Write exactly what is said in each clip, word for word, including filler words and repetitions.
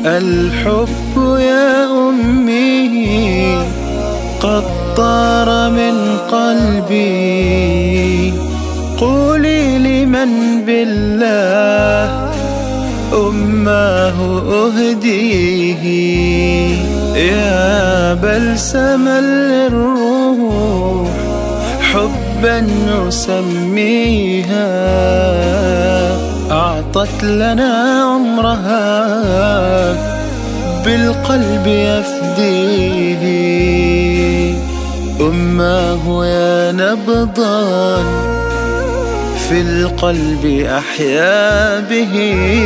الحب يا أمي قد طار من قلبي، قولي لمن بالله أماه أهديه. يا بلسما للروح حبا نسميها، أعطت لنا عمرها بالقلب يفديه. أماه يا نبضا في القلب أحيا به،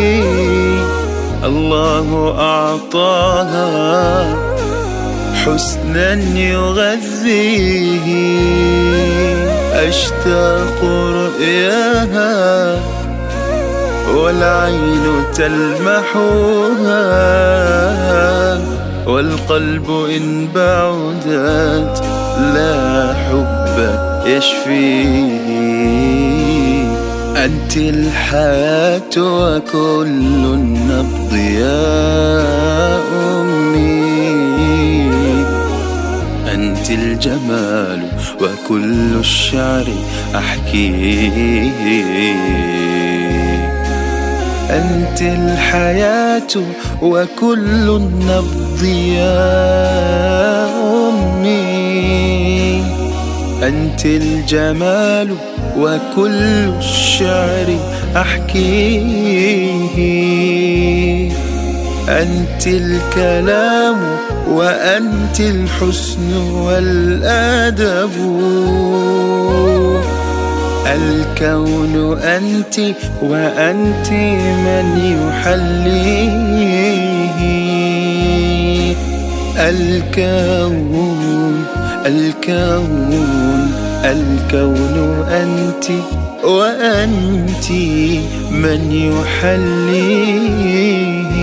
الله أعطاها حسنا يغذيه. أشتاق رؤياها والعين تلمحها، والقلب إن بعدت لا حب يشفيه. أنت الحياة وكل النبض يا أمي، أنت الجمال وكل الشعر أحكيه. أنت الحياة وكل النبض يا أمي، أنت الجمال وكل الشعر أحكيه. أنت الكلام وأنت الحسن والأدب، الكون أنت وأنت من يحليه. الكون الكون الكون أنت وأنت من يحليه.